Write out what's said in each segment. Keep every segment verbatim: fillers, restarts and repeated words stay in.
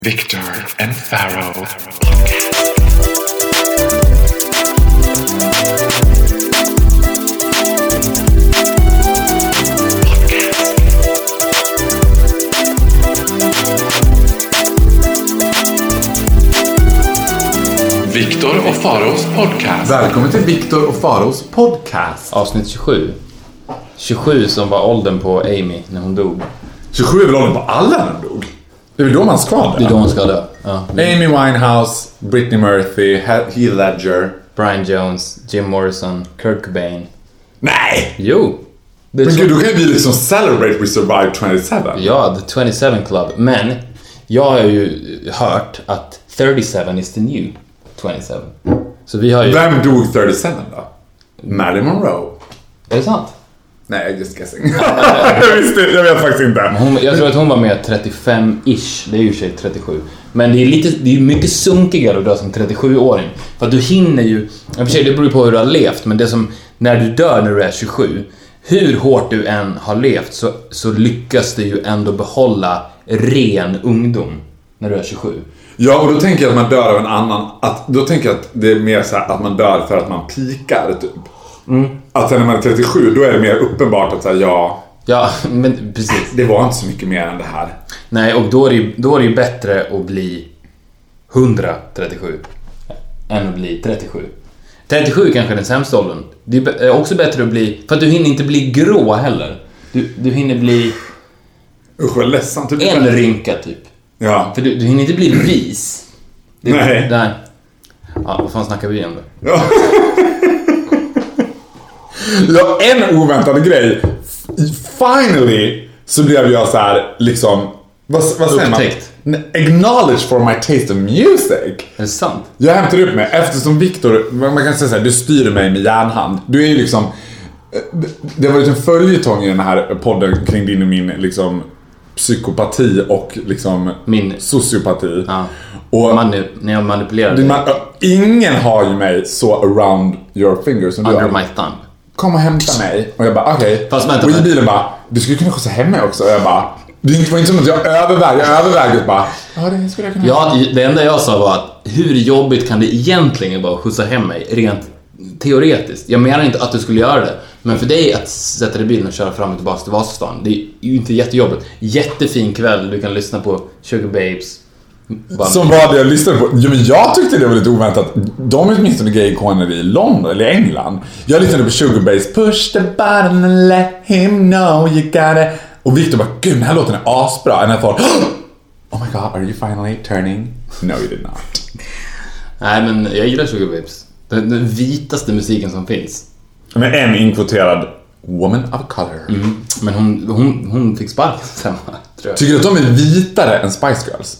Victor and Pharaoh. Victor och Pharaohs podcast. Välkommen till Victor och Pharaohs podcast. Avsnitt tjugosju. tjugosju som var åldern på Amy när hon dog. tjugosju är väl åldern på alla när de dog? Det är väl då man ska dö? Det är då hon ska dö. Ja. Amy Winehouse, Britney Murphy, Heath Ledger, Brian Jones, Jim Morrison, Kurt Cobain. Nej! Jo! Men gud, då kan vi liksom celebrate we survived twenty-seven. Ja, the twenty-seven Club. Men jag har ju hört att thirty-seven is the new twenty-seven. Så vi har ju... Vem dog thirty-seven då? Marilyn Monroe. Är det sant? Nej, just guessing. jag, visste, jag vet faktiskt inte. Hon, jag tror att hon var med trettiofem-ish. Det är ju sig trettiosju. Men det är lite, det är mycket sunkigare att dö som trettiosju-åring. För att du hinner ju... Jag för sig, det beror på hur du har levt. Men det som... När du dör när du är tjugosju... Hur hårt du än har levt så, så lyckas du ju ändå behålla ren ungdom när du är tjugosju. Ja, och då tänker jag att man dör av en annan... Att, då tänker jag att det är mer så här att man dör för att man pikar, typ. Mm. Att sen när man är trettiosju, då är det mer uppenbart att säga ja... Ja, men precis. Det var inte så mycket mer än det här. Nej, och då är det, då är det ju bättre att bli hundratrettiosju än att bli trettiosju. trettiosju kanske är den sämsta åldern. Det är också bättre att bli... För att du hinner inte bli grå heller. Du, du hinner bli... Usch, vad ledsamt. Typ en rynka, typ. Ja. För du, du hinner inte bli vis. Det, Nej. Där. Ja, vad fan snackar vi om då? Ja. Ja, en oväntad grej. Finally så blev jag så här liksom vad, vad säger Upptäckt. man? Acknowledged for my taste of music. Är det sant? Jag hämtar upp mig eftersom Victor, man kan säga så här, du styr mig med järnhand. Du är ju liksom, det har varit en följetong i den här podden kring din och min liksom psykopati och liksom min sociopati. Ja. Och Manu, när jag manipulerar man, ingen har ju mig så around your fingers som under du har. my thumb. Kom och hämta mig. Och jag bara, okej. Okay. Och i bilen bara, du skulle kunna skjutsa hem mig också. Och jag bara, det var inte som att jag övervägde. Jag övervägde bara, ja det skulle jag kunna. Ja, det enda jag sa var att hur jobbigt kan det egentligen vara att skjutsa hem mig rent teoretiskt. Jag menar inte att du skulle göra det. Men för dig att sätta dig i bilen och köra fram och tillbaka till Vasastan, det är ju inte jättejobbigt. Jättefin kväll, du kan lyssna på Sugar Babes. Bara... Som var det jag lyssnade på. Jo, men jag tyckte det var lite oväntat. De är åtminstone gay-ikoner i London eller England. Jag lyssnade på Sugar Babes. Push the button and let him know you gotta. Och Victor bara, gud den här låten är asbra. And I thought, oh my god, are you finally turning? No, you did not. Nej, men jag gillar Sugar Babes. Den, den vitaste musiken som finns. Med en inkvoterad woman of color. Mm. Men hon, hon, hon fick sparken sen, tror jag. Tycker du att de är vitare än Spice Girls?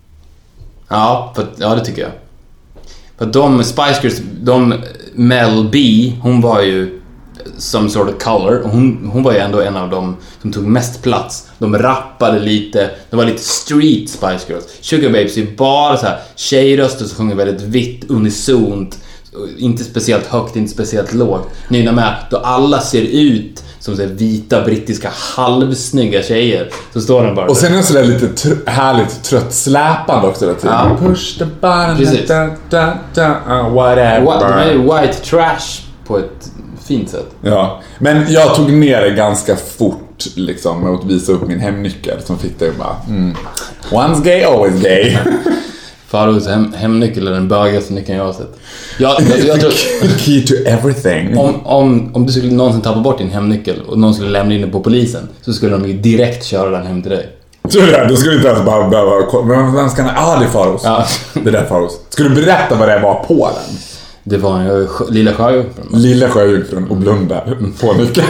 Ja, för, ja, det tycker jag. För de Spice Girls, de Mel B, hon var ju some sort of color. Och hon, hon var ju ändå en av dem som tog mest plats. De rappade lite, de var lite street Spice Girls. Sugar Babes är bara så här tjejröster som sjunger väldigt vitt, unisont. Inte speciellt högt, inte speciellt lågt. Nina med, då alla ser ut som så här vita, brittiska, halvsnygga tjejer. Så står de bara. Och sen är det sådär lite tr- härligt trött släpande också där tiden. Ja. Push the button, precis. Da, da, da, uh, whatever. De är ju white trash på ett fint sätt. Ja, men jag tog ner det ganska fort liksom med att visa upp min hemnyckel som fick det bara mm. Once gay, always gay. Pharaohs hem, hemnyckel är den bögigaste nyckeln jag har sett. Jag, jag, jag tror, key to everything. Om, om, om du skulle någonsin tappa bort din hemnyckel och någon skulle lämna in den på polisen, så skulle de ju direkt köra den hem till dig. Tror du det? Då skulle inte ens bara behöva... Men vem ska... Ah, det är Pharaohs. Ja. Det där är Pharaohs. Ska du berätta vad det var på den? Det var en sjö, lilla sjöjungfrun. Lilla sjöjungfrun och blunda på nyckeln.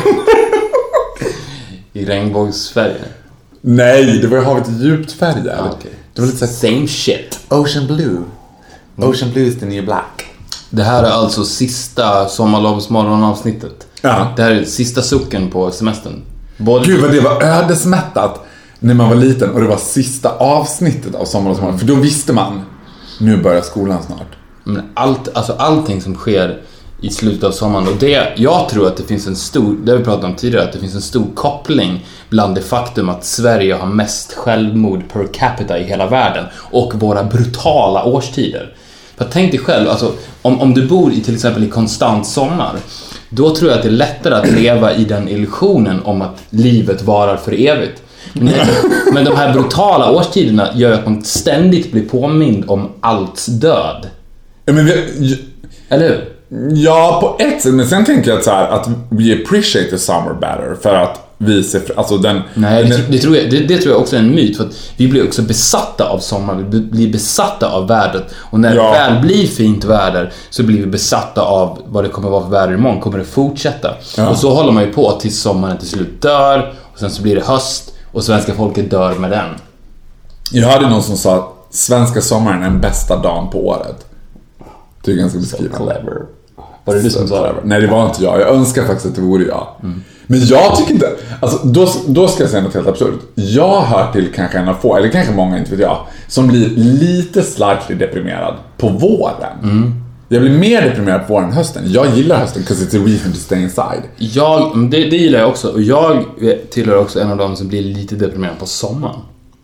I regnbågsfärger. Nej, det var ju havet djupt färger. Ah, okay. Det var lite så här, same shit. Ocean blue. Ocean blue is the new black. Det här är alltså sista sommarlovsmorgonavsnittet. Ja. Det här är sista sucken på semestern. Både... Gud vad det var ödesmättat när man var liten och det var sista avsnittet av sommarlovsmorgon. För då visste man, nu börjar skolan snart. Men allt, alltså allting som sker i slutet av sommaren. Och det, jag tror att det finns en stor, det har vi pratat om tidigare, att det finns en stor koppling bland det faktum att Sverige har mest självmord per capita i hela världen och våra brutala årstider. För tänk dig själv, alltså, om, om du bor i till exempel i konstant sommar, då tror jag att det är lättare att leva i den illusionen om att livet varar för evigt. Men, men de här brutala årstiderna gör att man ständigt blir påmind om allt död. Men vi, eller hur? Ja, på ett sätt. Men sen tänker jag att, så här, att we appreciate the summer better. För att vi ser, alltså den... Nej, det, det, tror jag, det, det tror jag också är en myt. För att vi blir också besatta av sommar. Vi blir besatta av vädret. Och när ja. det väl blir fint väder så blir vi besatta av vad det kommer vara för väder imorgon. Kommer det fortsätta? Ja. Och så håller man ju på tills sommaren till slut dör. Och sen så blir det höst. Och svenska folket dör med den. Jag hade någon som sa att svenska sommaren är den bästa dagen på året. Det är ganska beskrivande. So clever. Var det du som sa det? Nej, det var inte jag. Jag önskar faktiskt att det vore jag. Mm. Men jag tycker inte... Alltså, då, då ska jag säga något helt absurt. Jag hör till kanske en av få, eller kanske många, inte vet jag, som blir lite slightly deprimerad på våren. Mm. Jag blir mer deprimerad på våren än hösten. Jag gillar hösten because it's a reason to stay inside. Jag, det, det gillar jag också. Och jag tillhör också en av dem som blir lite deprimerad på sommaren.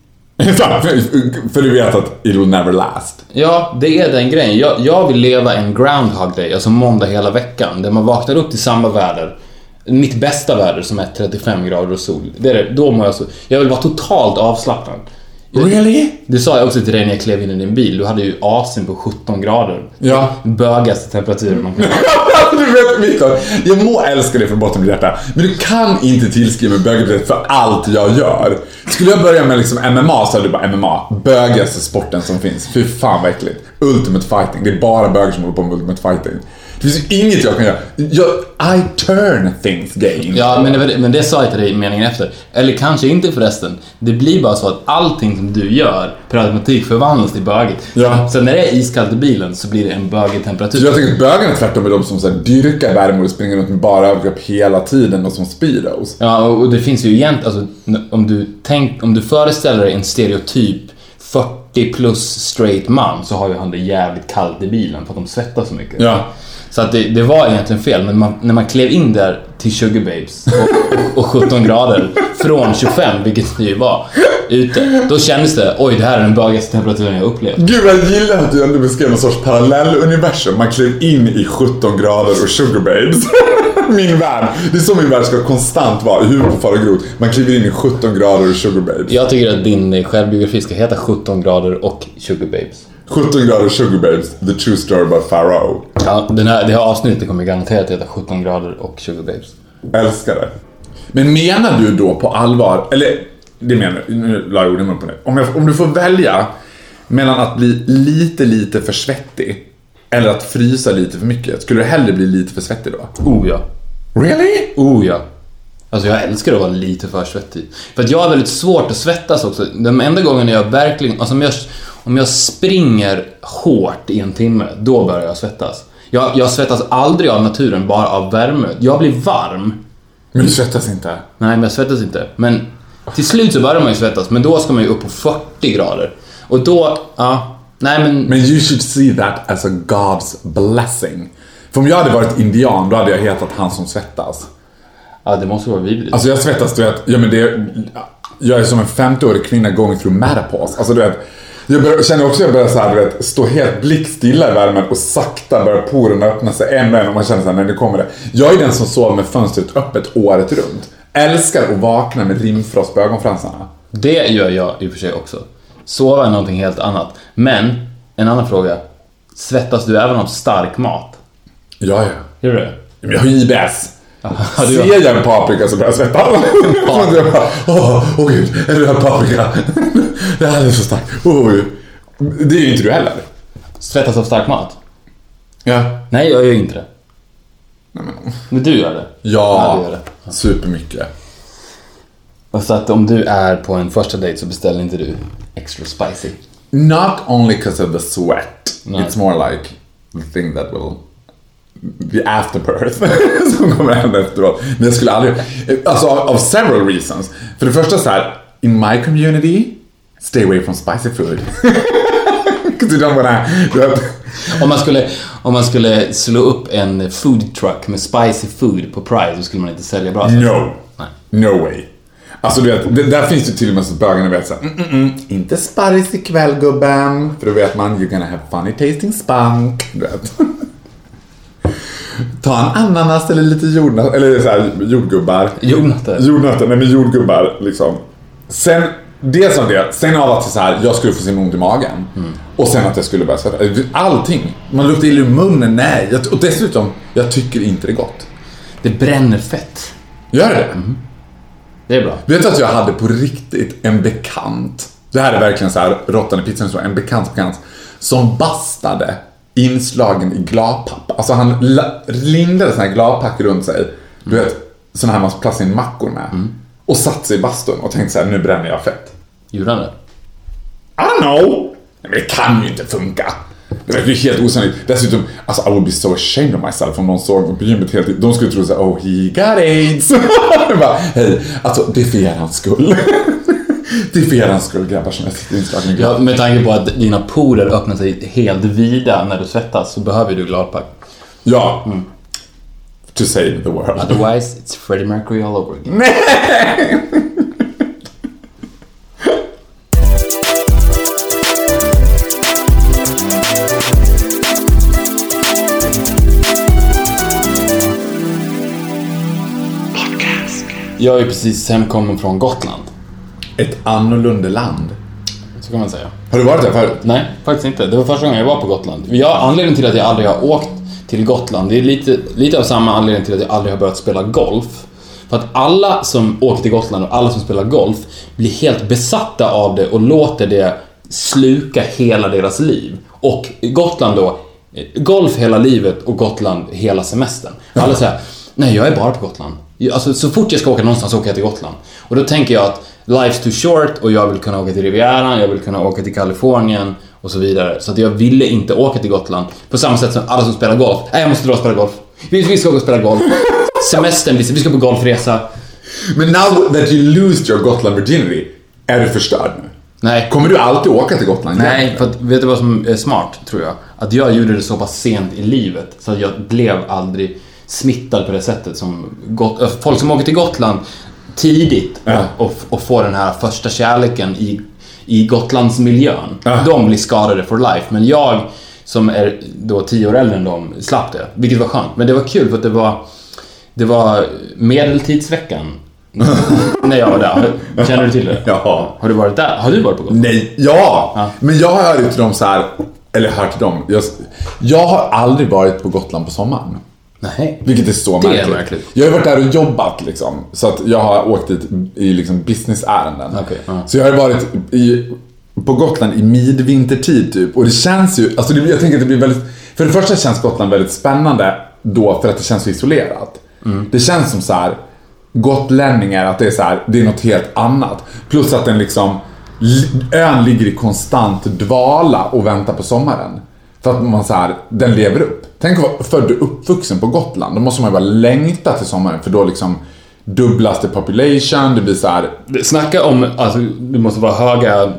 För du vet att it will never last. Ja, det är den grejen. Jag, jag vill leva en groundhog day, alltså måndag hela veckan, där man vaknar upp till samma väder. Mitt bästa väder som är trettiofem grader och sol. Det är det. Då mår jag så. Jag vill vara totalt avslappnad. Really? Det sa jag också till dig när jag klev in i din bil. Du hade ju A C på sjutton grader. Ja. Bögaste temperaturen man kan. Du vet, Victor, jag må älska dig från botten av hjärta, men du kan inte tillskriva mig bögighet för allt jag gör. Skulle jag börja med liksom M M A så är det bara M M A. Bögaste sporten som finns. Fy fan vad äckligt. Ultimate fighting. Det är bara bögar som håller på med ultimate fighting. Det finns ju inget jag kan göra. Jag, I turn things gay. Ja, men det, men det sa jag till dig i meningen efter. Eller kanske inte förresten. Det blir bara så att allting som du gör per automatik förvandlas till bögigt. Ja. Så när det är iskallt i bilen så blir det en bögig temperatur. Så jag tänker att bögarna tvärtom är de som så här, dyrkar värme och springer runt med bara överkropp hela tiden och som speedos. Ja, och det finns ju egentligen, alltså, om du tänk, om du föreställer dig en stereotyp fyrtio plus straight man, så har ju han det jävligt kallt i bilen för att de svettas så mycket. Ja. Så att det, det var egentligen fel. Men man, när man klev in där till Sugar Babes och, och sjutton grader från tjugofem, vilket det ju var, ute, då kändes det, oj, det här är den bögigaste temperaturen jag upplevt. Gud, jag gillar att du ändå beskrev någon sorts parallelluniversum. Man klev in i sjutton grader och Sugar Babes. Min värld. Det är så min värld ska konstant vara. Hur på far och grot. Man kliver in i sjutton grader och Sugar Babes. Jag tycker att din självbiografi ska heta sjutton grader och Sugar Babes. sjutton grader Sugar Babes, the true story about Pharaoh. Ja, den här, det här avsnittet kommer garanterat heta sjutton grader och Sugar Babes. Älskar det. Men menar du då på allvar, eller det menar nu la jag orden på det. Om, jag, om du får välja mellan att bli lite lite för svettig eller att frysa lite för mycket, skulle du hellre bli lite för svettig då? Oh ja. Really? Oh ja. Alltså jag älskar att vara lite för svettig. För att jag har väldigt svårt att svettas också. Den enda gången jag verkligen, alltså om jag, om jag springer hårt i en timme, då börjar jag svettas. Jag, jag svettas aldrig av naturen, bara av värme. Jag blir varm. Men du svettas inte? Nej, men jag svettas inte. Men till slut så börjar man ju svettas. Men då ska man ju upp på fyrtio grader. Och då, ja, nej men... Men you should see that as a God's blessing. För om jag hade varit indian, då hade jag hetat han som svettas. Ja, det måste vara vidrigt. Alltså jag svettas, du vet, ja men det, jag är som en femtioårig kvinna going through menopause. Alltså du vet, jag bör, känner också att jag börjar så här, du vet, stå helt blickstilla i värmen och sakta börjar porerna öppna sig en och en och man känner så här, när det kommer det. Jag är den som sover med fönstret öppet året runt. Älskar att vakna med rimfrost på ögonfransarna. Det gör jag i och för sig också. Sova är någonting helt annat. Men, en annan fråga. Svettas du även av stark mat? Ja, ja. Gör du det? Men jag har I B S. Aha, ser jag en paprika så börjar jag svettas. Åh, åh gud, är det här paprika? Det här är så starkt. Oh, det är ju inte du heller. Svettas av stark mat? Ja. Nej, jag gör inte det. Nej, men... men du gör det? Ja, ja du gör det. Ja. Supermycket. Och så att om du är på en första date så beställer inte du extra spicy? Not only because of the sweat. Nej. It's more like the thing that will... the afterbirth som kommer hända efteråt. Men jag skulle aldrig, alltså av, av several reasons. För det första så här, in my community, stay away from spicy food. om, man skulle, om man skulle slå upp en food truck med spicy food på Pride, så skulle man inte sälja bra. No, Nej. no way. Alltså du vet, det, där finns det till och med så bögarna vet så här, mm, mm, mm, inte spicy ikväll gubben, för då vet man you're gonna have funny tasting spunk, du vet. Ta en ananas eller lite jordnötter, eller så här, jordgubbar. Jordnötter. Jordnötter, nej men jordgubbar liksom. Sen, det som det, sen av att så här, jag skulle få sin ont i magen. Mm. Och sen att jag skulle börja svettas. Allting. Man luktar illa i munnen, nej. Och dessutom, jag tycker inte det är gott. Det bränner fett. Gör det? Mm. Det är bra. Vet du att jag hade på riktigt en bekant. Det här är verkligen så här, råttan i pizzan, så en bekant bekant. Som bastade inslagen i gladpapper. Alltså han lindade sån här gladpack runt sig. Du vet, sån här man placerar in mackor med. Mm. Och satt sig i bastun och tänkte så här, nu bränner jag fett. Gjorde han det? I don't know. Men det kan ju inte funka. Det är ju helt osannolikt. Dessutom, alltså I would be so ashamed of myself om någon såg på gymmet helt. De skulle tro så här, oh he got AIDS. Bara, hej, alltså det är för erans skull. Det är för erans skull, grabbar, som jag sitter inslagen. Ja, med tanke på att dina porer öppnar sig helt vida när du svettas, så behöver du gladpack. Ja. Mm. To save the world. Otherwise, it's Freddie Mercury all over again. Nej! Jag är precis hemkommen från Gotland. Ett annorlunda land. Så kan man säga. Har du varit där förut? Nej, faktiskt inte. Det var första gången jag var på Gotland. Jag, anledningen till att jag aldrig har åkt till Gotland, det är lite, lite av samma anledning till att jag aldrig har börjat spela golf. För att alla som åker till Gotland och alla som spelar golf blir helt besatta av det och låter det sluka hela deras liv. Och Gotland då, golf hela livet och Gotland hela semestern. Alla säger, nej jag är bara på Gotland. Alltså, så fort jag ska åka någonstans åker jag till Gotland. Och då tänker jag att life's too short och jag vill kunna åka till Rivieran, jag vill kunna åka till Kalifornien och så vidare. Så att jag ville inte åka till Gotland på samma sätt som alla som spelar golf. Nej, jag måste dra och spela golf. Vi, vi ska gå och spela golf. Semestern, vi ska på golfresa. Men now that you lose your Gotland virginity, är du förstörd nu? Nej. Kommer du alltid åka till Gotland? Nej, för att, vet du vad som är smart, tror jag? Att jag gjorde det så pass sent i livet så att jag blev aldrig smittad på det sättet som got- folk som åker till Gotland tidigt ja. och, och får den här första kärleken i, i Gotlands miljön. Ja. De blir skadade for life. Men jag som är då tio år äldre än dem slapp det, vilket var skönt. Men det var kul för att det var det var medeltidsveckan när jag var där. Känner du till det? Ja. Har du varit där? Har du varit på Gotland? Nej, ja. ja. Men jag har hört till dem så här, eller hört till dem. Jag, jag har aldrig varit på Gotland på sommaren. Nej. Vilket är så det märkligt. Är märkligt. Jag har varit där och jobbat liksom, så att jag har åkt dit i liksom businessärenden. Okay, uh. Så jag har varit i, på Gotland i midvintertid typ. Och det känns ju, alltså det, jag tänker att det blir väldigt, för det första känns Gotland väldigt spännande då för att det känns så isolerat. Mm. Det känns som så här gotlänningar, att det är så här, det är något helt annat. Plus att den liksom, ön ligger i konstant dvala och väntar på sommaren. För att man så här, den lever upp. Tänk att vara född och uppvuxen på Gotland. Då måste man ju bara längta till sommaren. För då liksom dubblas det population. Det blir så här. Snacka om, alltså det måste vara höga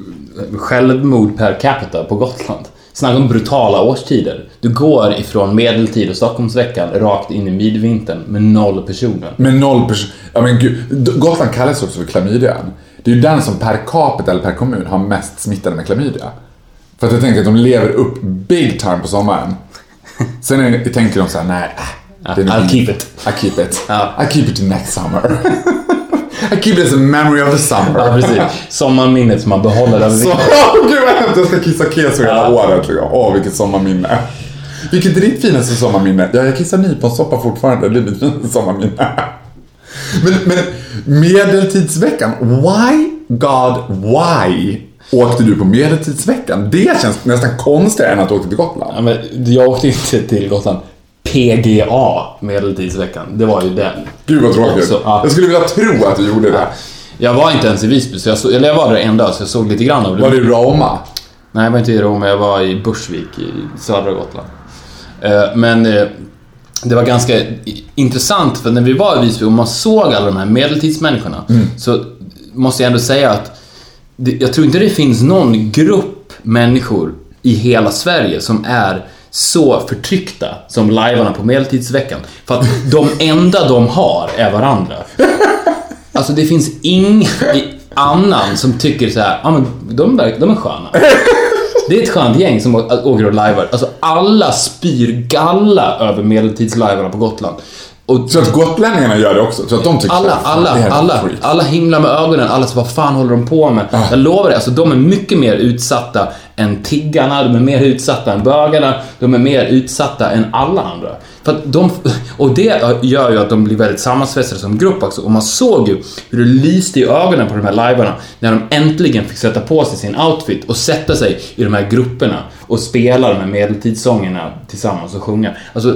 självmord per capita på Gotland. Snacka om brutala årstider. Du går ifrån medeltid och Stockholmsveckan rakt in i midvintern med noll personer. Med noll personer. Ja men gud, Gotland kallas också för klamydian. Det är ju den som per capita eller per kommun har mest smittade med klamydia. För att jag tänker att de lever upp big time på sommaren. Sen är, jag tänker de så här, nej. Det är I'll keep it. I keep it. Ja. I keep it to next summer. I keep it as a memory of the summer. Ja, precis. Sommarminnet som man behåller över vintern. Åh gud vad hänt, jag ska kissa keso hela ja. året. Åh, oh, vilket sommarminne. Vilket är ditt finaste sommarminne? Ja, jag kissar nyponsoppa fortfarande. Det är mitt finaste sommarminne. Men, men medeltidsveckan, why God, why åkte du på medeltidsveckan? Det känns nästan konstigare än att åka till Gotland. Ja, men jag åkte inte till Gotland. P G A, medeltidsveckan. Det var ju den. Gud vad tråkigt. Också, ja. Jag skulle vilja tro att du gjorde det. Jag var inte ens i Visby, så jag, så, eller jag var där en dag, så jag såg lite grann av det. Var det i Roma? Nej, jag var inte i Roma. Jag var i Bursvik i södra Gotland. Men det var ganska intressant, för när vi var i Visby och man såg alla de här medeltidsmänniskorna, mm. så måste jag ändå säga att det, jag tror inte det finns någon grupp människor i hela Sverige som är så förtryckta som livearna på Medeltidsveckan. För att de enda de har är varandra. Alltså det finns ingen annan som tycker så här, ja men de är, de är sköna. Det är ett skönt gäng som åker och livear. Alltså alla spyr galla över medeltidslivearna på Gotland. Och så att gotlänningarna gör det också. Så att de tycker alla, att, alla, alla, alla himlar med ögonen. Alla så, vad fan håller de på med? Ah. Jag lovar det, alltså de är mycket mer utsatta än tiggarna. De är mer utsatta än bögarna. De är mer utsatta än alla andra. För att de, och det gör ju att de blir väldigt sammansvetsade som grupp också. Och man såg ju hur det lyste i ögonen på de här livearna när de äntligen fick sätta på sig sin outfit och sätta sig i de här grupperna och spela de här medeltidssångerna tillsammans och sjunga. Alltså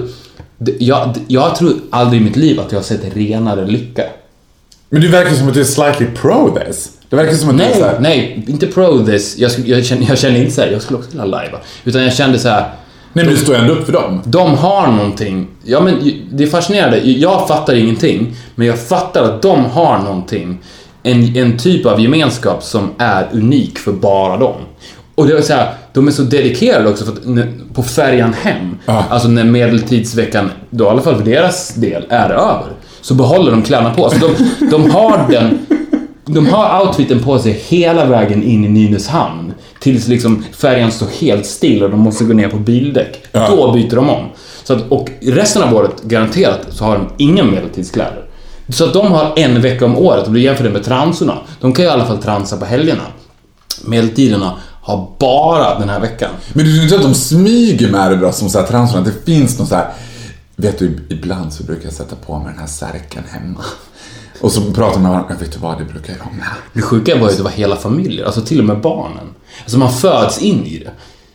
Jag, jag tror aldrig i mitt liv att jag har sett renare lycka. Men det verkar som att du är slightly pro this. Det verkar som att nej, du är så här... nej, inte pro this. Jag, jag, känner, jag känner inte så här, jag skulle också vilja live. Utan jag kände så här. Nej, men du står ändå upp för dem. De har någonting. Ja, men det är fascinerande. Jag fattar ingenting, men jag fattar att de har någonting. En, en typ av gemenskap som är unik för bara dem. Och det är så här, de är så dedikerade också för att på färjan hem, ah. alltså när medeltidsveckan då i alla fall för deras del är över, så behåller de kläderna på. Så de, de har den de har outfiten på sig hela vägen in i Nynäshamn tills liksom färjan står helt still och de måste gå ner på bildäck. Ah. Då byter de om. Så att, och resten av året garanterat så har de inga medeltidskläder. Så att de har en vecka om året, och det jämför det med transorna. De kan ju i alla fall transa på helgerna. Medeltiderna har bara den här veckan. Men du tror inte att de smyger med det då, som så här transorna? Det finns någon så här, vet du, ibland så brukar jag sätta på mig den här särken hemma. Och så pratar man med varandra, vet du vad, det brukar jag med. Det sjuka var ju att det var hela familjer, alltså till och med barnen. Alltså man föds in i det.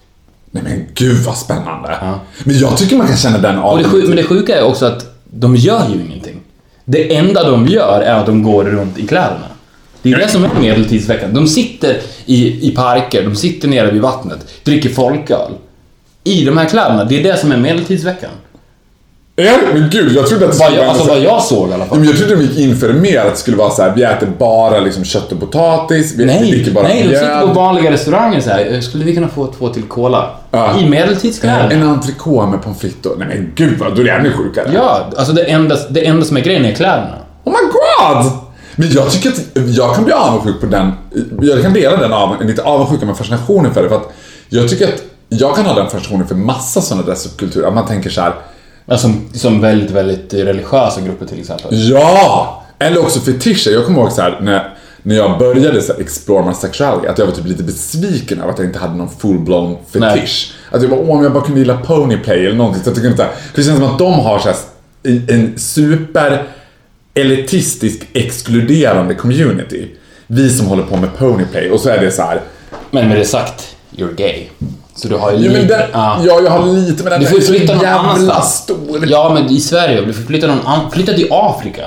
Nej men gud vad spännande. Ja. Men jag tycker man kan känna den av. Och det sjuka, men det sjuka är också att de gör ju ingenting. Det enda de gör är att de går runt i kläderna. Det är det som är medeltidsveckan. De sitter i, i parker, de sitter nere vid vattnet, dricker folköl i de här kläderna. Det är det som är medeltidsveckan. Ja, men gud, jag trodde att det skulle vara... Alltså vad jag såg i alla fall. Men jag trodde de gick in för mer att det skulle vara så här: vi äter bara liksom kött och potatis. Vi nej, dricker bara nej, de sitter på vanliga restauranger så här. Skulle vi kunna få två till cola? Ja. I medeltidskläder. En entrecote med pommes frites. Nej men gud, vad, då är det ännu sjukare. Ja, alltså det enda, det enda som är grejen är kläderna. Oh my god! Men jag tycker att jag kan bli avundsjuk på den. Jag kan dela den av, lite avundsjuka med fascinationen för det. För att jag tycker att jag kan ha den fascinationen för massa sådana där subkulturer. Att man tänker så här. Ja, som, som väldigt, väldigt religiösa grupper till exempel. Ja! Eller också fetischer. Jag kommer ihåg så här, när, när jag började så här, explore my sexuality, att jag var typ lite besviken av att jag inte hade någon full-blown fetisch. Att jag bara, åh, om jag bara kunde gilla ponyplay eller någonting. Så jag tycker inte, det känns som att de har så här, en super elitistisk, exkluderande community. Vi som håller på med ponyplay. Och så är det så här. Men med det sagt, you're gay. Så du har ju ja, lite... Den, ah. ja, jag har lite, men den du får är så flytta någon jävla annanstans. Stor. Ja, men i Sverige. Du får flytta någon annan... Flytta till Afrika.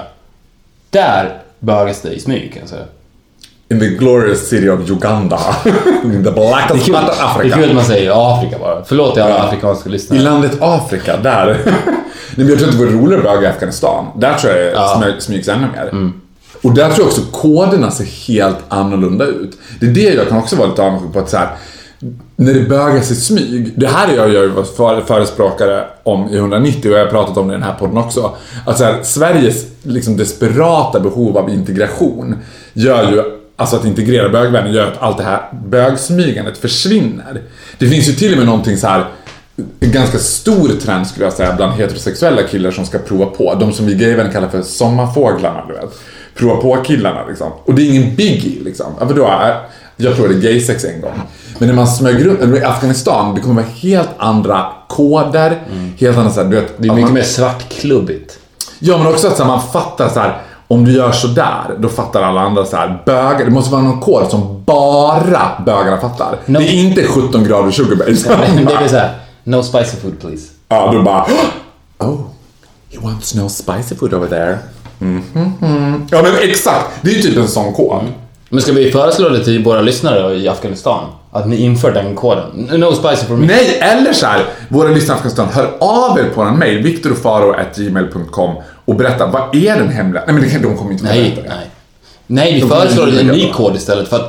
Där bögas det i smyg, kan jag säga. In the glorious city of Uganda. In the blackest part of Africa. Det är kul att man säger Afrika bara. Förlåt till alla ja. afrikanska lyssnare. I landet Afrika, där. Nej, men jag tror inte det var roligare böga i Afghanistan. Där tror jag ja. smygs ännu mer. Mm. Och där tror jag också koderna ser helt annorlunda ut. Det är det jag kan också vara lite avundsjuk på, att så här, när det bögas i smyg. Det här är jag ju för, förespråkare om i etthundranittio, och jag har pratat om det i den här podden också. Att så här, Sveriges liksom desperata behov av integration gör ju, alltså att integrera bögvärlden gör att allt det här bögsmygandet försvinner. Det finns ju till och med någonting så här, en ganska stor trend skulle jag säga bland heterosexuella killar som ska prova på. De som vi gayvänner kallar för sommarfåglarna, du vet. Prova på killarna liksom. Och det är ingen biggie liksom. Ja, för då är, jag provade gay-sex en gång. Men när man smög runt i Afghanistan, det kommer vara helt andra koder. Mm. Helt andra så här, du vet. Det är mycket man, mer svartklubbigt. Ja, men också att så här, man fattar så här, om du gör så där, då fattar alla andra så här, bögar. Det måste vara någon kod som bara bögarna fattar. No. Det är inte sjutton grader sugar base. Det är så här, no spicy food please. Ja, du bara, oh, he wants no spicy food over there. Mm-hmm. Ja, men exakt. Det är ju typ en sån kod. Mm. Men ska vi föreslå det till våra lyssnare i Afghanistan? Att ni inför den koden? No spicy for me. Nej, eller så här, våra lyssnare i Afghanistan, hör av er på en mail, victorofaro at gmail dot com, och berätta, vad är den hemliga? Nej, men det kan, de kommer inte nej, berätta det. Nej, nej vi de föreslår en ny kod istället. För att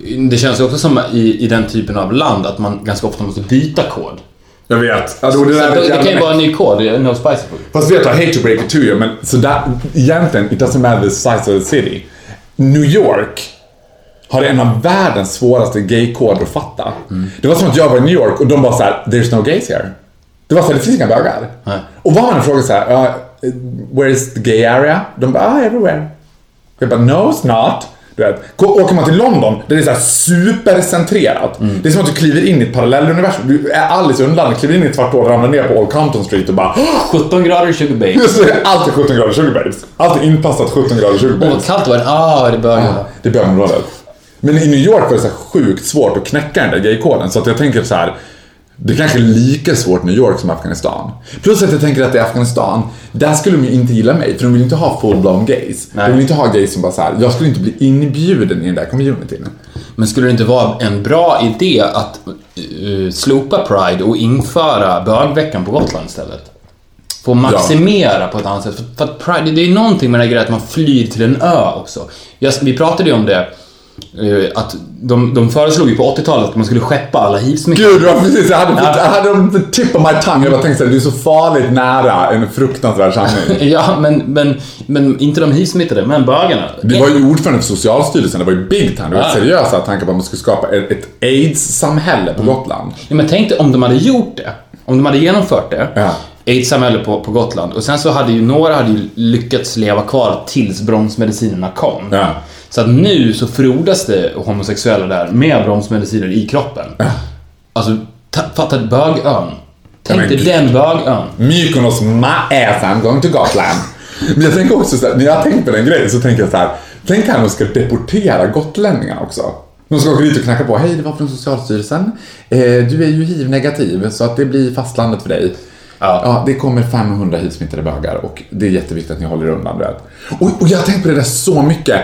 det känns också som i, i den typen av land att man ganska ofta måste byta kod. Jag vet. Alltså, det, så där det, det kan ju vara en ny kod, no spicy food. Fast vet du, I hate to break it to you, men så där, egentligen, it doesn't matter the size of the city. New York har en av världens svåraste gay-koder att fatta. Mm. Det var som att jag var i New York och de bara så här: there's no gays here. Det var så här, det finns inga bögar. Mm. Och vad man en fråga så här, uh, where is the gay area? De bara, ah, everywhere. Jag bara, no it's not. Du vet, åker man till London där det är så här supercentrerat. Mm. Det är som att du kliver in i ett parallelluniversum. Du är Alice i Underlandet, kliver in i ett svart hål, ramlar ner på Old Compton Street och bara sjutton grader sugar babes. Alltid sjutton grader sugar babes. Alltid inpassat sjutton grader sugar babes. Och kallt var det, ah, det börjar. Ah, det börjar området. Men i New York var det så här sjukt svårt att knäcka den där gay-koden. Så att jag tänker så här, det är kanske lika svårt i New York som Afghanistan. Plus att jag tänker att i Afghanistan, där skulle de ju inte gilla mig. För de vill inte ha full-blown gays. Nej. De vill inte ha gays som bara så här, jag skulle inte bli inbjuden i den där communityn. Men skulle det inte vara en bra idé att uh, slopa Pride och införa bögveckan på Gotland istället? Få maximera ja. på ett annat sätt. För, för att Pride, det är ju någonting med det här grejen att man flyr till en ö också. Jag, vi pratade ju om det. Uh, att de, de föreslog ju på åttiotalet att man skulle skeppa alla hivsmittade. Gud, ja, precis. Jag hade, ja. jag hade the tip of my tongue. Jag bara tänkte att det är så farligt nära en fruktansvärd sanning. Ja, men, men, men inte de hivsmittade, men bögarna. Det var ju ordförande för Socialstyrelsen. Det var ju big time. Det var ja. seriösa tankar på att man skulle skapa ett AIDS-samhälle på mm. Gotland. Ja, men tänk dig om de hade gjort det. Om de hade genomfört det. Ja. AIDS-samhälle på, på Gotland. Och sen så hade ju några hade ju lyckats leva kvar tills bromsmedicinerna kom. Ja. Så att nu så frodas det homosexuella där med bromsmediciner i kroppen. Ja. Alltså, ta, fatta ett bögön. Tänk dig den bögön. Mykonos, my ass, I'm going to Gotland. Men jag tänker också så här, när jag tänker på den grejen så tänker jag så här, tänk att de ska deportera gotlänningar också. De ska åka dit och knacka på, hej det var från Socialstyrelsen. Eh, du är ju hiv-negativ så att det blir fastlandet för dig. Ja. ja, det kommer femhundra hivsmittade bögar och det är jätteviktigt att ni håller undan det. Och, och jag har tänkt på det där så mycket.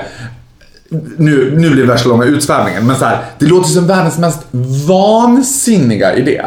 Nu, nu blir det värsta långa utsvävningen, men så här, det låter som världens mest vansinniga idé.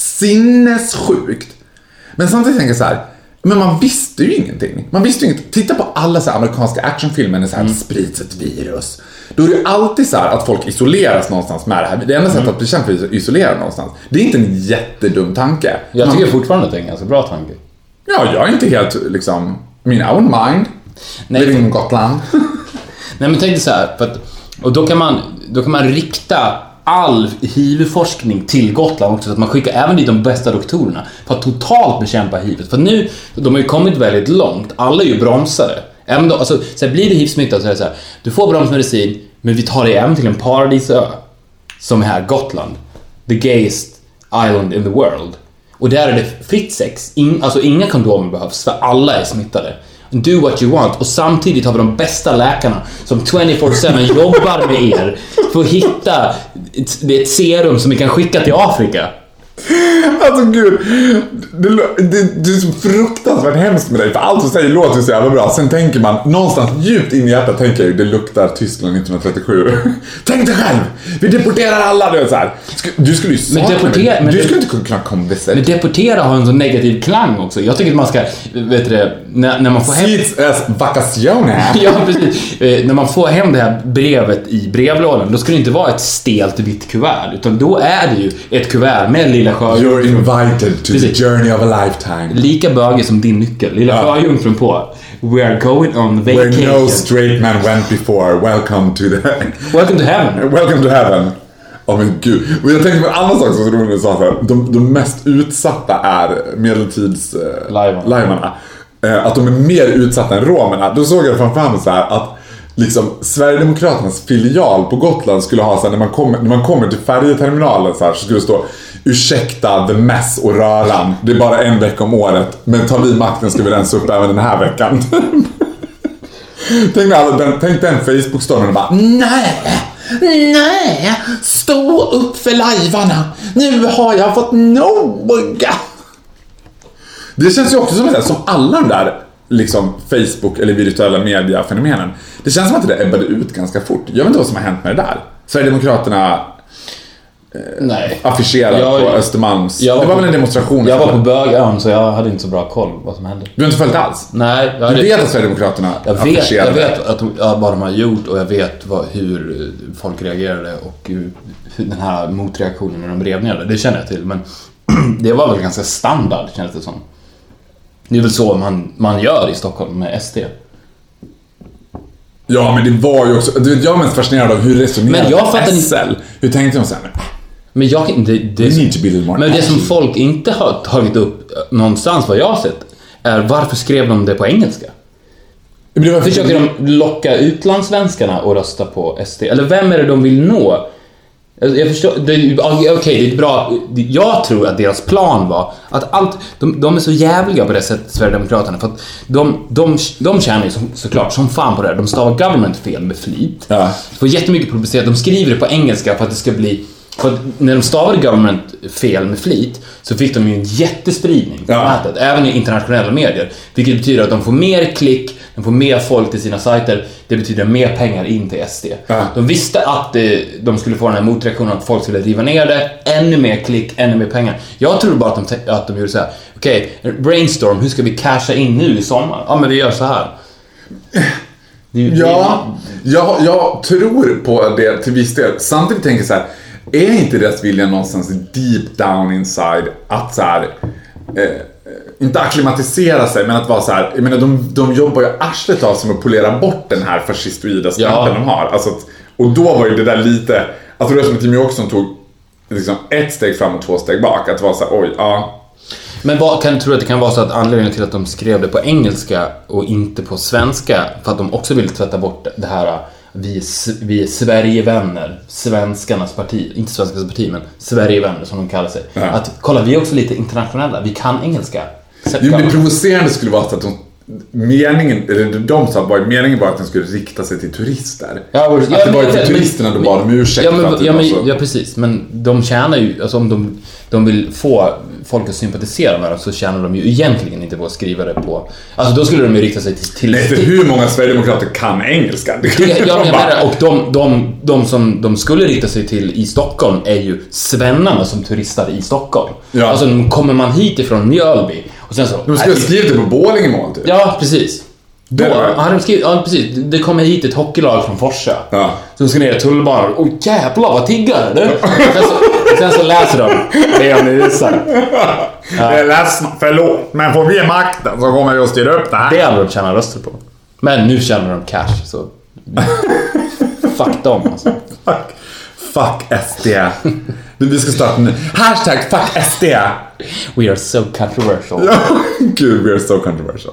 Sinnessjukt. Men samtidigt tänker jag så här, men man visste ju ingenting. Man visste ju inget. Titta på alla så här amerikanska actionfilmer när så här mm. sprids ett virus. Då är det alltid så här att folk isoleras någonstans med det här. Det enda mm. sättet att bekämpa är att isolera någonstans. Det är inte en jättedum tanke. Jag tycker man, fortfarande att det är en ganska bra tanke. Ja, jag är inte helt liksom, I mean, I won't mind. Nej, living in Gotland. Nej, men tänk dig så här, för att, och då kan man då kan man rikta all hiv-forskning till Gotland också, så att man skickar även dit de bästa doktorerna för att totalt bekämpa hivet. För nu, de har ju kommit väldigt långt. Alla är ju bromsade. Även då, alltså, så här, blir det hiv-smittat så är det så här, du får bromsmedicin, men vi tar dig även till en paradisö som är här, Gotland. The gayest island in the world. Och där är det fritt sex. In, alltså inga kondomer behövs, för alla är smittade. Do what you want. Och samtidigt har vi de bästa läkarna som twenty-four seven jobbar med er för att hitta ett, ett serum som vi kan skicka till Afrika. Alltså gud, det, det, det är så fruktansvärt hemskt med dig. För allt du säger låter så jävla bra. Sen tänker man, någonstans djupt in i hjärtat tänker jag, det luktar Tyskland nittonhundratrettiosju. Tänk dig själv, vi deporterar alla. Du, så här. Du skulle ju sakna men deportera, men Du skulle inte kunna komma det. Men deportera har en så negativ klang också. Jag tycker att man ska, vet du, när, när man får hem... Seeds as vacationer. Ja, precis. När man får hem det här brevet i brevlådan, då ska det inte vara ett stelt vitt kuvert. Utan då är det ju ett kuvert med lilla sjöjungfrun. You're invited to precis. The journey of a lifetime. Lika bögig som din nyckel. Lilla ja. Sjöjungfrun på. We are going on vacation. Where no straight man went before. Welcome to the... Welcome to heaven. Welcome to heaven. Åh oh, men gud. Och jag tänkte på en annan sak som du sa här. De, de mest utsatta är medeltids... Uh, lajvarna. Uh, att de är mer utsatta än romerna. Då såg jag framför mig så här att liksom Sverigedemokraternas filial på Gotland skulle ha så här, när man kommer när man kommer till färjeterminalen så här, så skulle det stå ursäkta the mess och röran. Det är bara en vecka om året, men tar vi makten ska vi rensa upp även den här veckan. Tänk dig den, tänk den Facebook-stormen och bara nej, nej, stå upp för lajvarna. Nu har jag fått nog. Det känns ju också som, här, som alla de där liksom Facebook eller virtuella media-fenomenen. Det känns som att det ebbade ut ganska fort. Jag vet inte vad som har hänt med det där. Sverigedemokraterna Nej. affischerad jag, på Östermalms. Det var, var på, väl en demonstration? Jag var på bögön så jag hade inte så bra koll vad som hände. Du har inte följt alls? Nej. Jag hade, du vet att Sverigedemokraterna jag vet, jag vet att de, ja, vad de har gjort och jag vet vad, hur folk reagerade och hur, hur den här motreaktionen när de rev ner det. Det känner jag till, men det var väl ganska standard känns det som. Det är väl så man, man gör i Stockholm med S D. Ja, men det var ju också... Du vet, jag är mest fascinerad av hur resonerade men jag fattar S L. Hur tänkte de sen? Men jag... Det, det, som, men det som folk inte har tagit upp någonstans vad jag har sett är varför skrev de det på engelska? Men det var Försöker de locka utlandssvenskarna att rösta på S D? Eller vem är det de vill nå? Jag förstår, okej, okay, det är bra. Jag tror att deras plan var att allt, de, de är så jävliga på det sättet, Sverigedemokraterna, för att de, de, de tjänar ju så, såklart som fan på det här. De stavar government fel med flit. Ja. Det får jättemycket publicitet. De skriver det på engelska för att det ska bli, för att när de stavade government fel med flit så fick de ju en jättespridning på ja. nätet, även i internationella medier, vilket betyder att de får mer klick, de får mer folk till sina sajter. Det betyder mer pengar in till S D. Ja. De visste att de skulle få den här motreaktionen, att folk skulle riva ner det, ännu mer klick, ännu mer pengar. Jag tror bara att de, att de gjorde så här: okej, okay, brainstorm, hur ska vi casha in nu i sommar? Ja, men vi gör så här. Det, ja, det, jag, jag tror på det till viss del. Samtidigt tänker jag så här: är inte deras vilja någonstans deep down inside att så här, eh, inte akklimatisera sig, men att vara så här, jag menar, de, de jobbar ju arslet av som att polera bort den här fascistoida stämpeln ja. de har. Alltså att, och då var ju det där lite, alltså det var som att Jimmy Åkesson tog liksom ett steg fram och två steg bak. Att vara så här, oj, ja. Men vad, kan du tro att det kan vara så att anledningen till att de skrev det på engelska och inte på svenska, för att de också vill tvätta bort det här: vi är, vi är Sverigevänner, svenskarnas parti, inte svenskarnas parti, men Sverigevänner som de kallar sig. Ja. Att kolla, vi är också lite internationella, vi kan engelska. Jo, men det provocerande skulle vara att de, meningen, eller de sa bara, meningen var att den skulle rikta sig till turister. Ja, och, att ja, det var men, till turisterna då bad om ursäkt. Ja, men, för att ja, men, så. ja, precis, men de tjänar ju, alltså om de, de vill få folk att sympatisera med dem, så tjänar de ju egentligen inte på att skriva det på. Alltså då skulle de ju rikta sig till... till Nej, för hur många Sverigedemokrater kan engelska? Det, ja, jag menar, och de, de, de som de skulle rikta sig till i Stockholm är ju svennarna som turistar i Stockholm. Ja. Alltså kommer man hit ifrån Mjölby och sen så... De skulle ha skrivit det på Borlängemål typ. Ja, precis. Då hade de skrivit, ja precis, det kommer hit ett hockeylag från Forsa. Ja. Så de ska ner i tullbanan. Åh jävlar vad tiggare du. sen, så, sen så läser de det om ni visar. Ja. Det är ledsen, förlåt, men får vi makten så kommer vi att styra upp det här. Det hade de tjänat röster på. Men nu tjänar de cash, så fuck dem alltså. Fuck, fuck S D. Vi ska starta nu. Hashtag fuck S D. We are so controversial. Ja, gud, we are so controversial.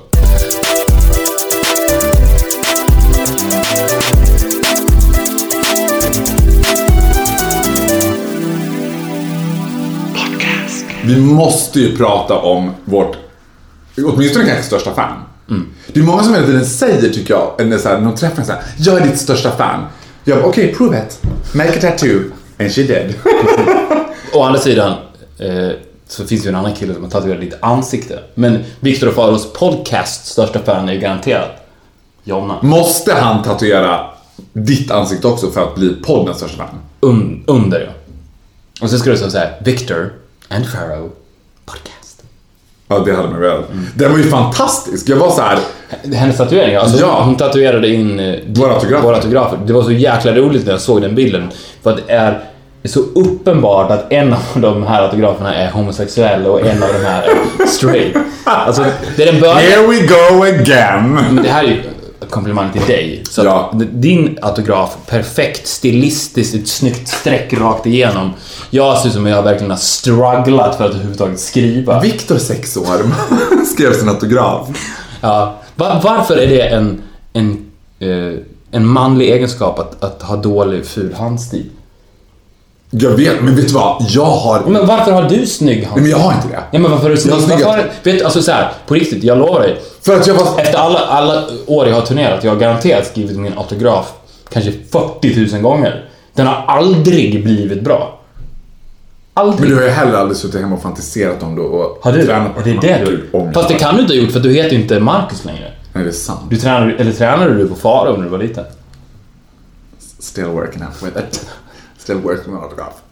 Vi måste ju prata om vårt, åtminstone kanske största fan. Mm. Det är många som hela tiden säger, tycker jag, när, så här, när de träffar en så här: jag är ditt största fan. Jag bara, okej, okay, prove it. Make a tattoo. And she did. Å andra sidan eh, så finns det ju en annan kille som har tatuerat ditt ansikte. Men Viktor och Faros podcast största fan är ju garanterat Jonna. Måste han tatuera ditt ansikte också för att bli poddens största fan? Un- under, ja. Och så ska du säga Victor and Pharaoh podcast. Ja, det hade man väl. Mm. Den var ju fantastisk. Jag var så här. Hennes tatuering, alltså ja. Hon tatuerade in eh, våra autografer. våra autografer. Det var så jäkla roligt när jag såg den bilden. För att det är så uppenbart att en av de här autograferna är homosexuell och en av de här är straight. Alltså, det är den början. Here we go again. Men det här är ju komplimang till dig. Så ja. Din autograf, perfekt, stilistiskt, ett snyggt streck rakt igenom. Jag ser ut som jag verkligen har strugglat för att överhuvudtaget skriva. Viktor, sex år, skrev sin autograf. Ja. Var, varför är det en, en, eh, en manlig egenskap att, att ha dålig ful handstil? Jag vet, men vet du vad? Jag har... Men varför har du snygg handstil? Men jag har inte det. Ja, men varför är du snygg? Varför har, vet du, alltså så här, på riktigt, jag lovar dig. För att jag var... Efter alla, alla år jag har turnerat, jag har garanterat skrivit min autograf kanske fyrtio tusen gånger. Den har aldrig blivit bra. Aldrig. Men du har ju heller aldrig suttit hemma och fantiserat om det och har du? tränat på det. Det är det du. Om Fast det kan du inte ha gjort, för du heter ju inte Marcus längre. Nej, det är sant. Du tränade, eller tränade du på Faro när du var liten? Still working out with it. Still working with autograph.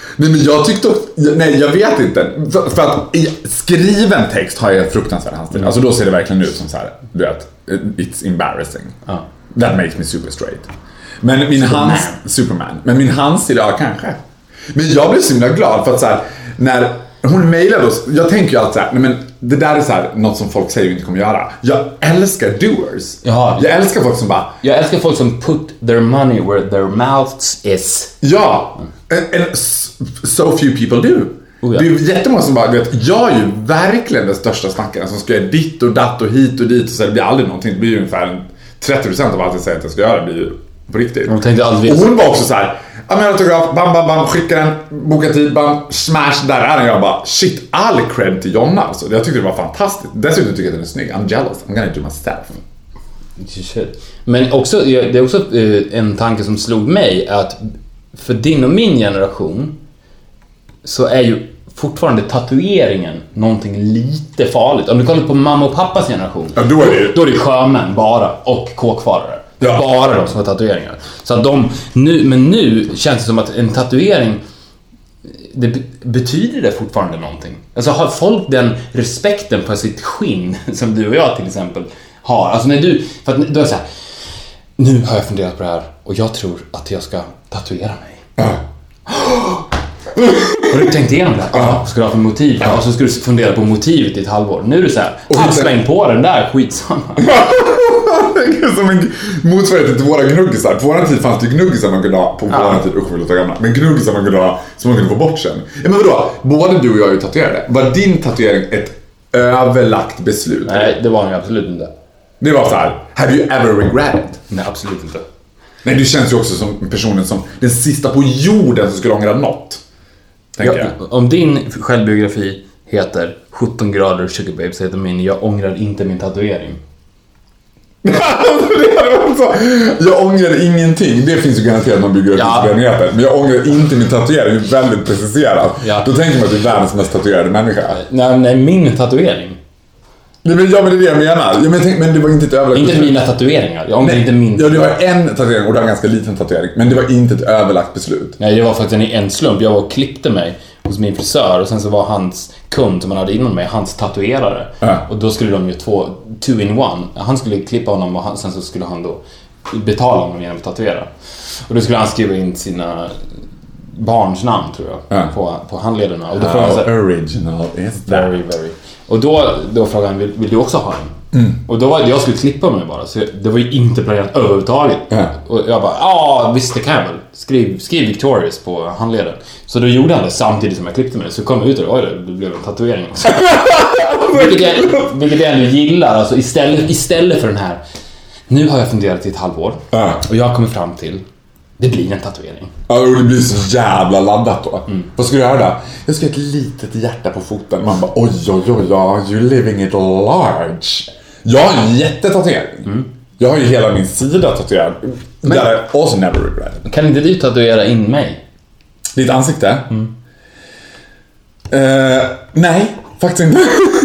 Nej, men jag tyckte också, nej jag vet inte. För, för att i skriven text har jag fruktansvärd handstil. Mm. Alltså då ser det verkligen ut som så här, du vet, it's embarrassing. Ah. That makes me super straight. Men min Superman. hands, Superman. Men min handstil, ja kanske. Men jag blev så himla glad för att så här, när hon mejlade oss, jag tänker ju alltid så här, nej men det där är så här, något som folk säger inte kommer göra. Jag älskar doers. Jaha. Jag älskar folk som bara... Jag älskar folk som put their money where their mouths is. Ja, and, and so few people do. Oh, ja. Det är ju jättemånga som bara, vet, jag är ju verkligen den största snackaren som ska göra ditt och datt och hit och dit och så det blir aldrig någonting. Det blir ju ungefär trettio procent av allt jag säger att jag ska göra blir ju på riktigt. Jag tänkte aldrig... Och hon var också så här, ja men autograf, bam bam bam, skickar den, boka tid, bam, smash, där är den. Jag bara, shit, all cred till Jonna alltså. Jag tyckte det var fantastiskt. Dessutom tycker jag att den är snygg. I'm jealous, I'm gonna do myself. Men också, det är också en tanke som slog mig att för din och min generation så är ju fortfarande tatueringen någonting lite farligt. Om du kollar på mamma och pappas generation, ja, då är det då är det sjömän bara och kåkfarare. Ja. Bara de som har tatueringar. Så att de nu, men nu känns det som att en tatuering, det betyder det fortfarande någonting. Alltså har folk den respekten på sitt skinn som du och jag till exempel har. Alltså när du, för att du är så här, nu har jag funderat på det här och jag tror att jag ska tatuera mig. Ja. Har du tänkt igenom det? Ja. Ska du ha för motiv? Ja. Och så ska du fundera på motivet i ett halvår. Nu är det så här, ah, släng på den där, skitsamma. Som en motsvarighet till våra gnuggisar. På våran tid fanns det gnuggisar man kunde ha. På ja. våran tid, usch vi låter gamla. Men gnuggisar man kunde ha som man kunde få bort sen. Ja, men vadå? Både du och jag är ju tatuerade. Var din tatuering ett överlagt beslut? Nej, det var den absolut inte. Det var så här, have you ever regretted? Nej, absolut inte. Nej, du känns ju också som personen som den sista på jorden som skulle ångra något. Ja, jag. Om din självbiografi heter sjutton grader sugar babe så heter min jag ångrar inte min tatuering. Jag ångrar ingenting. Det finns ju garanterat någon biografi ja. som heter. Men jag ångrar inte min tatuering. Det är väldigt preciserat. Ja. Då tänker man att du är världens mest tatuerade människa. Nej, nej min tatuering. Nej, men, ja, men det är det jag menar. Ja, men, tänk, men det var inte ett överlagt Inte beslut. Mina tatueringar. Jag ångrar inte min. Ja, du har en tatuering och du har en ganska liten tatuering. Men det var inte ett överlagt beslut. Nej, det var faktiskt en, en slump. Jag var och klippte mig hos min frisör och sen så var hans kund som han hade innan mig, hans tatuerare. Ja. Och då skulle de ju två, two in one. Han skulle klippa honom och han, sen så skulle han då betala honom genom att tatuera. Och då skulle han skriva in sina barns namn tror jag, ja. på, på handlederna. Och då frågade han så här, original is that? Very, very. Och då, då frågade han, vill, vill du också ha en? Mm. Och då var det, jag skulle klippa mig bara, så det var ju inte planerat överhuvudtaget. Ja. Och jag bara, ja visst det kan jag väl. Skriv, skriv Victorious på handleden. Så då gjorde han det samtidigt som jag klippte mig. Så kom jag ut och oj det blev en tatuering också. vilket, jag, vilket jag ändå gillar, alltså istället, istället för den här. Nu har jag funderat i ett halvår. Ja. Och jag har kommit fram till det blir en tatuering. Ja, och det blir så jävla laddat då. Mm. Vad ska du göra då? Jag ska ha ett litet hjärta på foten. Man bara, oj, oj, oj, ja, you're living it large. Jag har en jättetatuering. Mm. Jag har ju hela min sida tatuerad. Men, där är also never regret. Kan inte du tatuera in mig? Ditt ansikte? Mm. Uh, nej, faktiskt inte.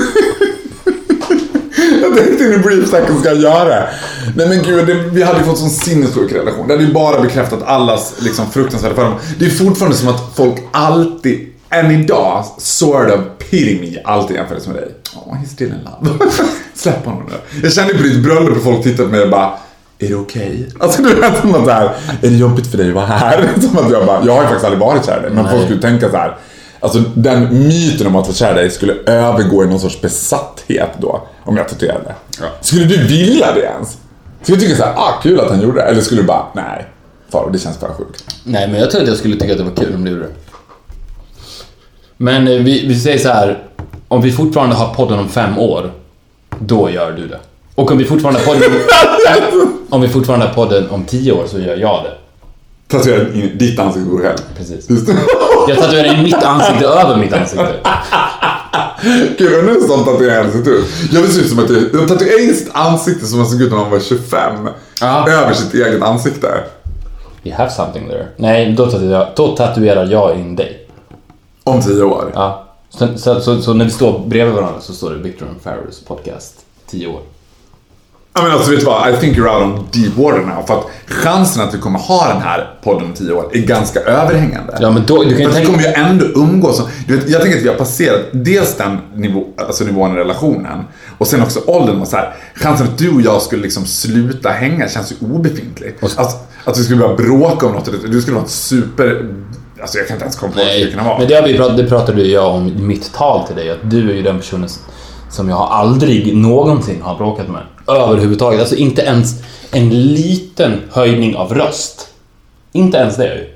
Jag tänkte in i brief second ska jag göra. Nej men gud, det, vi hade ju fått sån sinnessjuk relation. Det hade ju bara bekräftat allas liksom fruktansvärda fördomar. Det är fortfarande som att folk alltid, än idag, sort of pity me alltid jämfört med dig. Oh, he's still in love. Släpp honom nu. Jag kände på ditt bröllop och folk tittade på mig och bara, är det okej? Okay? Alltså du vet som att så här, är det jobbigt för dig att vara här? Som att jag bara, jag har ju faktiskt aldrig varit kär i dig. Men folk skulle tänka så här. Alltså den myten om att vara kär i dig skulle övergå i någon sorts besatthet då. Om jag tatuerade. Ja. Skulle du vilja det ens? Skulle du tycka så här, ah kul att han gjorde det? Eller skulle du bara, nej, far, det känns bara sjukt. Nej, men jag tror att jag skulle tycka att det var kul om du gjorde det. Men vi, vi säger så här, om vi fortfarande har podden om fem år, då gör du det. Och om vi fortfarande har podden om vi fortfarande har podden om tio år så gör jag det. Tatuera in ditt ansikte på själv. Precis. Jag tatuerar in mitt ansikte över mitt ansikte. Gud, jag undrar hur sånt tatuerare ser ut. Jag vill se ut som att jag tatuerar in sitt ansikte som man såg ut när man var tjugofem. Aha. Över sitt eget ansikte. You have something there. Nej, då tatuerar, då tatuerar jag in dig. Om tio år? Ja. Så, så, så, så när vi står bredvid varandra så står det Victor and Farrows podcast tio år. Ja, men alltså vet du vad, I think you're out on deep water now. För att chansen att vi kommer ha den här podden om tio år är ganska överhängande. Ja, men då, du kan för tänka... vi kommer ju ändå umgås. Du vet, jag tänker att vi har passerat dels den nivå, alltså nivån i relationen. Och sen också åldern var så här. Chansen att du och jag skulle liksom sluta hänga känns ju obefintlig. Och... Alltså, att vi skulle börja bråka om något. Du skulle vara en super... Alltså jag kan inte ens komma på vad det skulle kunna vara. Men det, har vi prat, det pratade ju jag om i mitt tal till dig. Att du är ju den personen som jag aldrig någonsin har bråkat med. Överhuvudtaget. Alltså inte ens en liten höjning av röst. Inte ens det ju.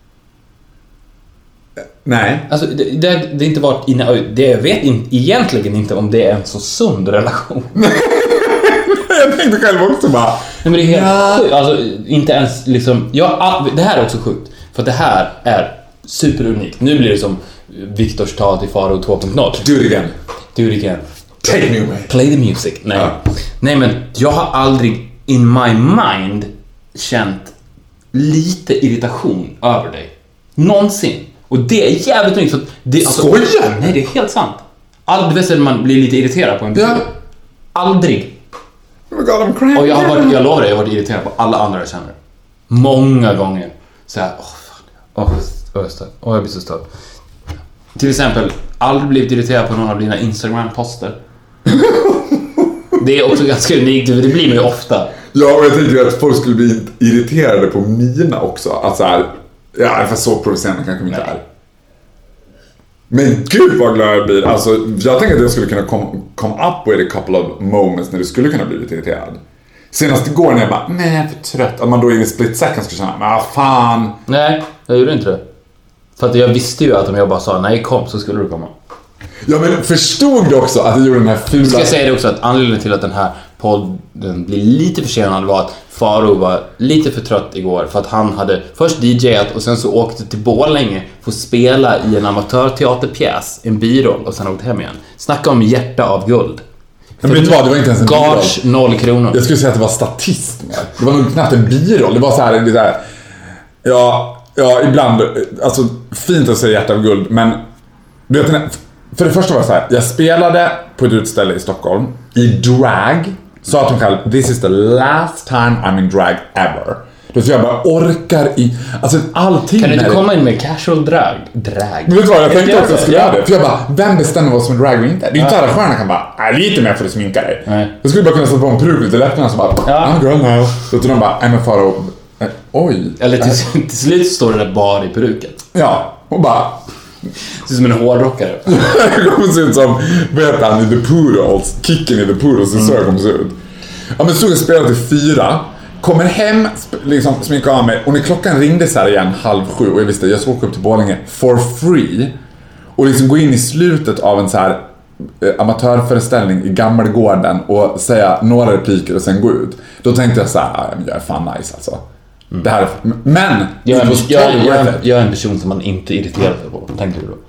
Nej. Alltså det, det, det är inte varit inna, det jag vet in, egentligen inte om det är en så sund relation. Jag tänkte själv också bara. Nej, men det är helt ja. sjukt. Alltså inte ens liksom ja, det här är också sjukt. För det här är superunikt. Nu blir det som Viktors tal till Faro två punkt noll. Do it again. Do it again. Take me away. Play the music. Nej. Ja. Nej, men jag har aldrig in my mind känt lite irritation över dig. Någonsin. Och det är jävligt unikt. Det, alltså, skojar? Nej, det är helt sant. Aldrig vet att man blir lite irriterad på en person. Ja. Aldrig. Oh my God, I'm crying. Och jag har varit, jag lovar dig, jag har varit irriterad på alla andra jag känner. Många gånger. Så här, åh fan. Åh, åh, åh, jag blir så störd. Till exempel, aldrig blivit irriterad på någon av dina Instagram-poster. Det är också ganska unikt, för det blir man ju ofta. Ja, och jag tänkte ju att folk skulle bli irriterade på mina också. Att så här, ja, för så provocerande kanske inte är. Men gud vad glad jag blir. Alltså, jag tänker att jag skulle kunna come, come up with a couple of moments när du skulle kunna bli lite irriterad. Senast igår när jag bara, nej jag är för trött. Att man då i en split second skulle känna, men vad fan. Nej, jag gjorde inte det. För att jag visste ju att om jag bara sa nej kom så skulle du komma. Ja, men förstod du också att du gjorde den här fula... Ska jag säga det också att anledningen till att den här podden blir lite försenad var att Faro var lite för trött igår. För att han hade först D J:at och sen så åkte till Borlänge för att spela i en amatörteaterpjäs, en biroll, och sen åkte hem igen. Snacka om hjärta av guld. Men vet du vad, det var inte ens en biroll. Gage noll kronor. Jag skulle säga att det var statist med. Det var nog knappt en biroll. Det var så här, det där. Ja, ja, ibland, alltså fint att säga hjärta av guld, men du vet, för det första var det så här, jag spelade på ett utställe i Stockholm i drag, sa till mig själv, this is the last time I'm in drag ever. Då så jag bara orkar i, alltså allting. Kan du inte komma in med casual drag? Drag. Men vet du vad, jag tänkte också att jag skulle göra det. För jag bara, vem bestämmer vad som är drag och inte? Det är ju inte alla stjärnor kan bara, nej, lite mer för att sminka dig. Nej. Jag skulle bara kunna sätta på en peruk lite lätt och så bara, ja. I'm girl now. Så de bara, I'm a Faro. Oj. Eller till, till slut står det där bara i peruken. Ja, och bara... ser som en hårdrockare. Det kommer se ut som, vad heter han, i The Poodles. Kicken i The Poodles, mm. Så jag kommer se ut. Ja, men stod och spelade till fyra. Kommer hem, liksom sminkar av mig. Och när klockan ringde så här igen, halv sju. Och jag visste, jag ska åka upp till Borlänge for free. Och liksom gå in i slutet av en så här eh, amatörföreställning i Gammelgården. Och säga några repliker och sen gå ut. Då tänkte jag så här, jag är fan nice alltså. Mm. Det här, men jag är, jag, jag, jag är en person som man inte irriterar sig på. Tänkte du då?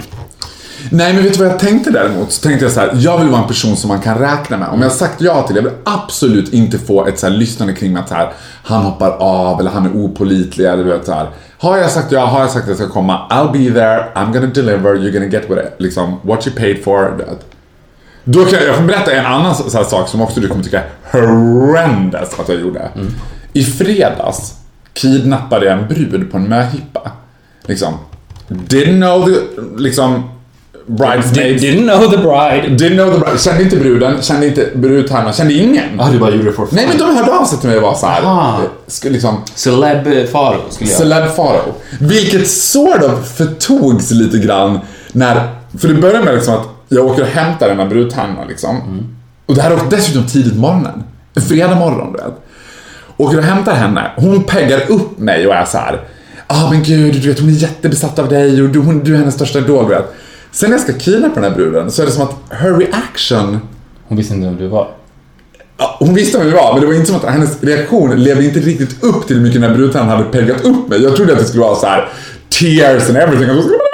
Nej, men vet du vad jag tänkte däremot? Så tänkte jag så här, jag vill vara en person som man kan räkna med. Om jag har sagt ja till det, jag vill absolut inte få ett så här lyssnande kring mig att så här, han hoppar av eller han är opålitlig eller du vet så här. Har jag sagt ja, har jag sagt att jag ska komma, I'll be there, I'm gonna deliver, you're gonna get what it, liksom, what you paid for. Det. Då kan jag, jag får berätta en annan så här sak som också du kommer tycka horrendous att jag gjorde. Mm. I fredags kidnappade jag en brud på en möhippa. Liksom. Didn't know the, liksom, bridesmaids. Didn't know the bride. Didn't know the bride. Kände inte bruden, kände inte brudtärna, kände ingen. Ah, du bara gjorde det för fan. Nej, men de hörde av sig till mig och var så här. Skulle liksom... Celeb Faro skulle jag. Celeb Faro. Vilket sort of förtogs lite grann när... För det börjar med liksom att jag åker och hämtar den här brudtärna liksom. Mm. Och det här är dessutom tidigt morgonen. En fredag morgon, du vet. Åker och hämtar henne. Hon peggar upp mig och är så här. Ah, men gud, du vet, hon är jättebesatt av dig och du, hon, du är hennes största idol, du vet. Sen när jag ska kidnappa den här bruden så är det som att her reaction... Hon visste inte vem du var. Ja, hon visste vem vi var, men det var inte som att hennes reaktion levde inte riktigt upp till hur mycket den här bruden hade peggat upp mig. Jag trodde att det skulle vara så här tears and everything. Och så skulle man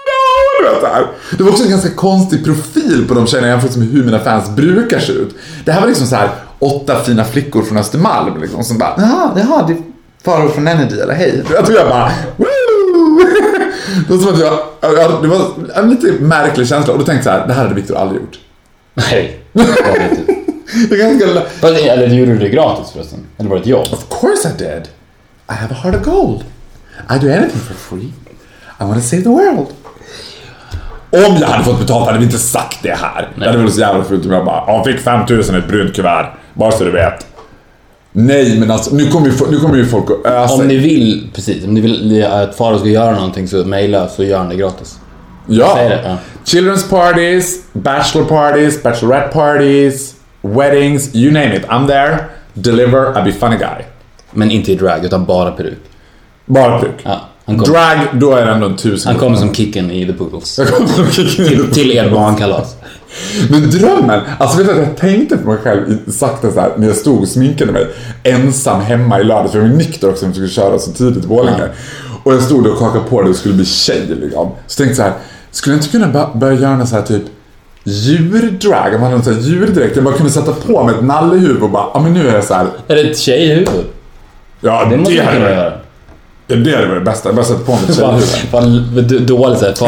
det var också en ganska konstig profil på de tjejerna jämfört med hur mina fans brukar se ut. Det här var liksom så här åtta fina flickor från Östermalm liksom, som bara, jaha, jaha, det är Faro från Energy, eller hej. Jag tror jag bara, woo! Det var som att jag, jag, det var en lite märklig känsla. Och då tänkte jag så här, det här hade Victor aldrig gjort. Nej, det var inte. Det är ganska... Fast, eller gjorde du det gratis förresten? Eller var det ett jobb? Of course I did. I have a heart of gold. I do anything for free. I want to save the world. Om jag hade fått betalt hade vi inte sagt det här. Nej. Det hade varit så jävla fult om jag bara, jag fick fem tusen i ett brunt kuvert. Bara så du vet. Nej, men alltså, nu kommer ju, nu kommer ju folk att ösa. Om ni vill, precis, om ni vill att Faro ska göra någonting så mejla så gör han det gratis. Ja. Det, ja. Children's parties, bachelor parties, bachelorette parties, weddings, you name it. I'm there, deliver, I'll be funny guy. Men inte i drag, utan bara peruk. Bara peruk. Ja, kom, drag, då är det ändå en tusen. Han kommer som Kicken i The Poodles. Jag kommer som Kicken i till, till er barnkalas. Men drömmen, alltså vet du att jag tänkte på mig själv sakta så här när jag stod och sminkade mig ensam hemma i lördags, för jag var nykter också, jag skulle köra så tidigt i Borlänge. Ja. Och jag stod och kakade på det och skulle bli tjej liksom. Så tänkte så här, skulle jag inte kunna börja göra något så här typ djurdrag, om man hade så här djurdräkt, jag bara kunde sätta på mig ett nallehuvud och bara, ja men nu är det så här. Är det ett tjejhuvud? Ja, det måste det man kunna göra. Ja, det är det bästa. Jag bara sätter på mig ett tjejhuvud. Fan, dåligt såhär.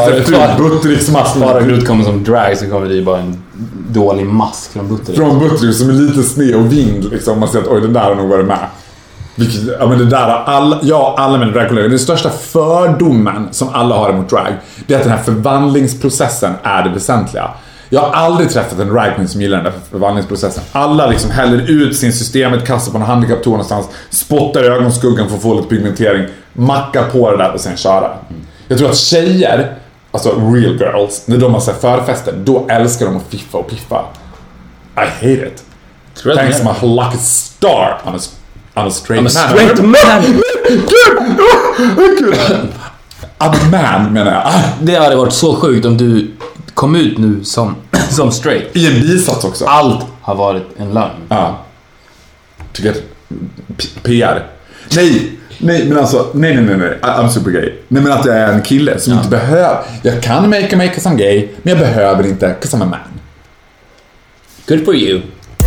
Bara Gud kommer som drag så kommer det bara en dålig mask från Buttericks. Från Buttericks som är lite sned och vind liksom. Man ser att oj, det där har nog varit med. Vilket, ja men det där har alla, ja, alla mina dragkollegor. Den största fördomen som alla har emot drag, det är att den här förvandlingsprocessen är det väsentliga. Jag har aldrig träffat en dragqueen som gillar den där förvandlingsprocessen. Alla liksom häller ut sin systemet, kastar på en handikapptor någonstans, spottar i ögonskuggan för att få lite pigmentering, mackar på det där och sen köra. Mm. Jag tror att tjejer, alltså real girls, när de har så här förfester, då älskar de att fiffa och piffa. I hate it. Thanks to my lucky star on a, on a straight I'm man. A straight man! Gud! A man menar jag. Det hade varit så sjukt om du kom ut nu som, som straight. I en bisats också. Allt har varit en lögn. Ja. Tycker att P R. Nej, nej men alltså, nej nej nej nej. I'm super gay. Nej men att jag är en kille som ja. inte behöver. Jag kan make a make som gay, men jag behöver inte, 'cause I'm a man. Good for you.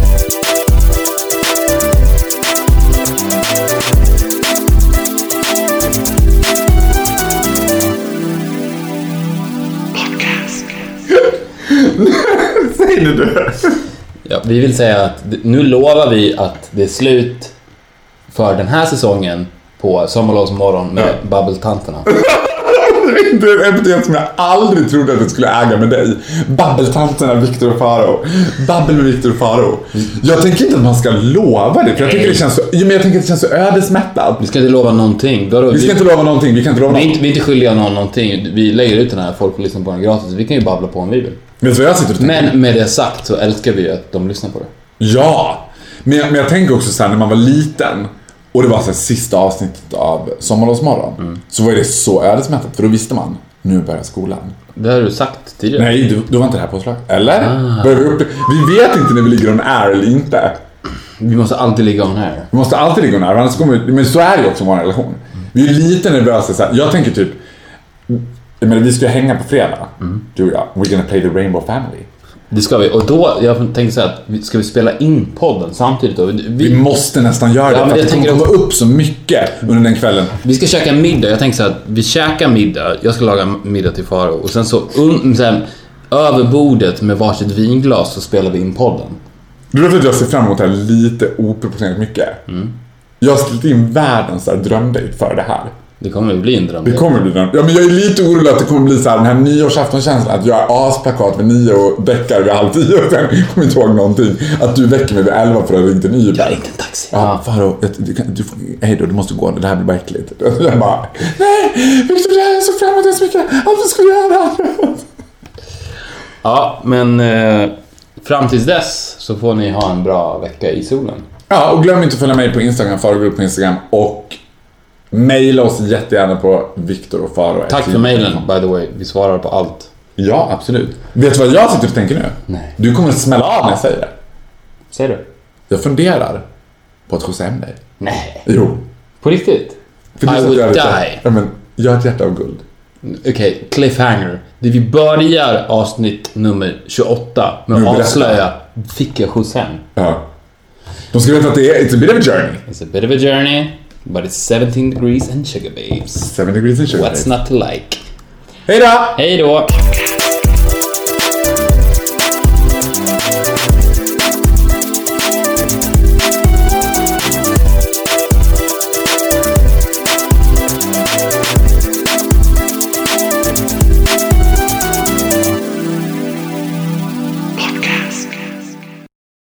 Säg nu du. Ja, vi vill säga att nu lovar vi att det är slut för den här säsongen på Sommarlovsmorgon med ja. Babbeltanterna. Det är en epitet som jag aldrig trodde att jag skulle äga med dig. Babbeltanterna, Viktor och Faro. Babbel med Viktor och Faro. Jag tänker inte att man ska lova det, för jag tycker det känns så, men jag tänker att det känns så ödesmättat. Vi ska inte lova någonting. Då, vi ska vi, inte lova någonting. Vi kan inte lova vi, någonting. Inte, vi är inte skyldiga någon någonting. Vi lägger ut den här, folk får lyssna på den gratis. Vi kan ju babbla på om vi vill. Vet du vad jag sitter och tänker? Men med det sagt så älskar vi att de lyssnar på det. Ja, men jag, men jag tänker också så här, när man var liten och det var så här, sista avsnittet av Sommarlovsmorgon, mm. så var det så ödesmättat, för då visste man, nu börjar skolan. Det har du sagt tidigare. Nej, du, du var inte det här påslag. Eller? Ah. Börjar vi, upp, vi vet inte när vi ligger on air eller inte. Vi måste alltid ligga on air. Vi måste alltid ligga on air, annars kommer vi, men så är det ju också i vår relation. Mm. Vi är lite nervösa så här. Jag tänker typ, jag menar, vi ska hänga på fredag, mm. du och jag. We're gonna play the Rainbow Family. Det ska vi, och då, jag tänkte säga att ska vi spela in podden samtidigt då? Vi, vi måste nästan göra det, ja, för att det kommer komma upp så mycket under den kvällen. Vi ska käka middag, jag tänkte så att vi käkar middag, jag ska laga middag till Faro, och sen så, un, sen, över bordet med varsitt vinglas så spelar vi in podden. Du vet att jag ser fram emot det här lite oproportionerligt mycket. Mm. Jag har ställt in världens drömdate för det här. Det kommer bli en dröm. Det kommer bli en dröm. Ja, men jag är lite orolig att det kommer bli så här, den här nyårsaftonkänslan, att jag är asplakat vid nio och däckar vid halv tio och sen kommer inte ihåg någonting. Att du väcker mig vid elva för att jag ringde nio. Jag ringde en taxi. Ja, Faro, du, du, hej då, du måste gå. Det här blir bara äckligt. Jag bara, nej, Victor, jag är så fram emot det så mycket. Allt ska du göra. Ja, men eh, fram tills dess så får ni ha en bra vecka i solen. Ja, och glöm inte att följa mig på Instagram, Farogrupp på Instagram, och maila oss jättegärna på Viktor och Faro. Tack för mailen, by the way. Vi svarar på allt. Ja, absolut. Vet du vad jag sitter och tänker nu? Nej. Du kommer att smälla av när jag säger det. Säger du? Jag funderar på att skjutsa hem dig. Nej. Jo. På riktigt? För I would die. Ja, men jag har ett hjärta av guld. Okej, okay, cliffhanger. Det vi börjar avsnitt nummer tjugoåtta med att avslöja, fick jag skjuts hem? Ja. De ska veta att det är, it's a bit of a journey. It's a bit of a journey, but it's seventeen degrees and sugar babes. seven degrees and sugar What's babes. not to like? Hej då! Hej då!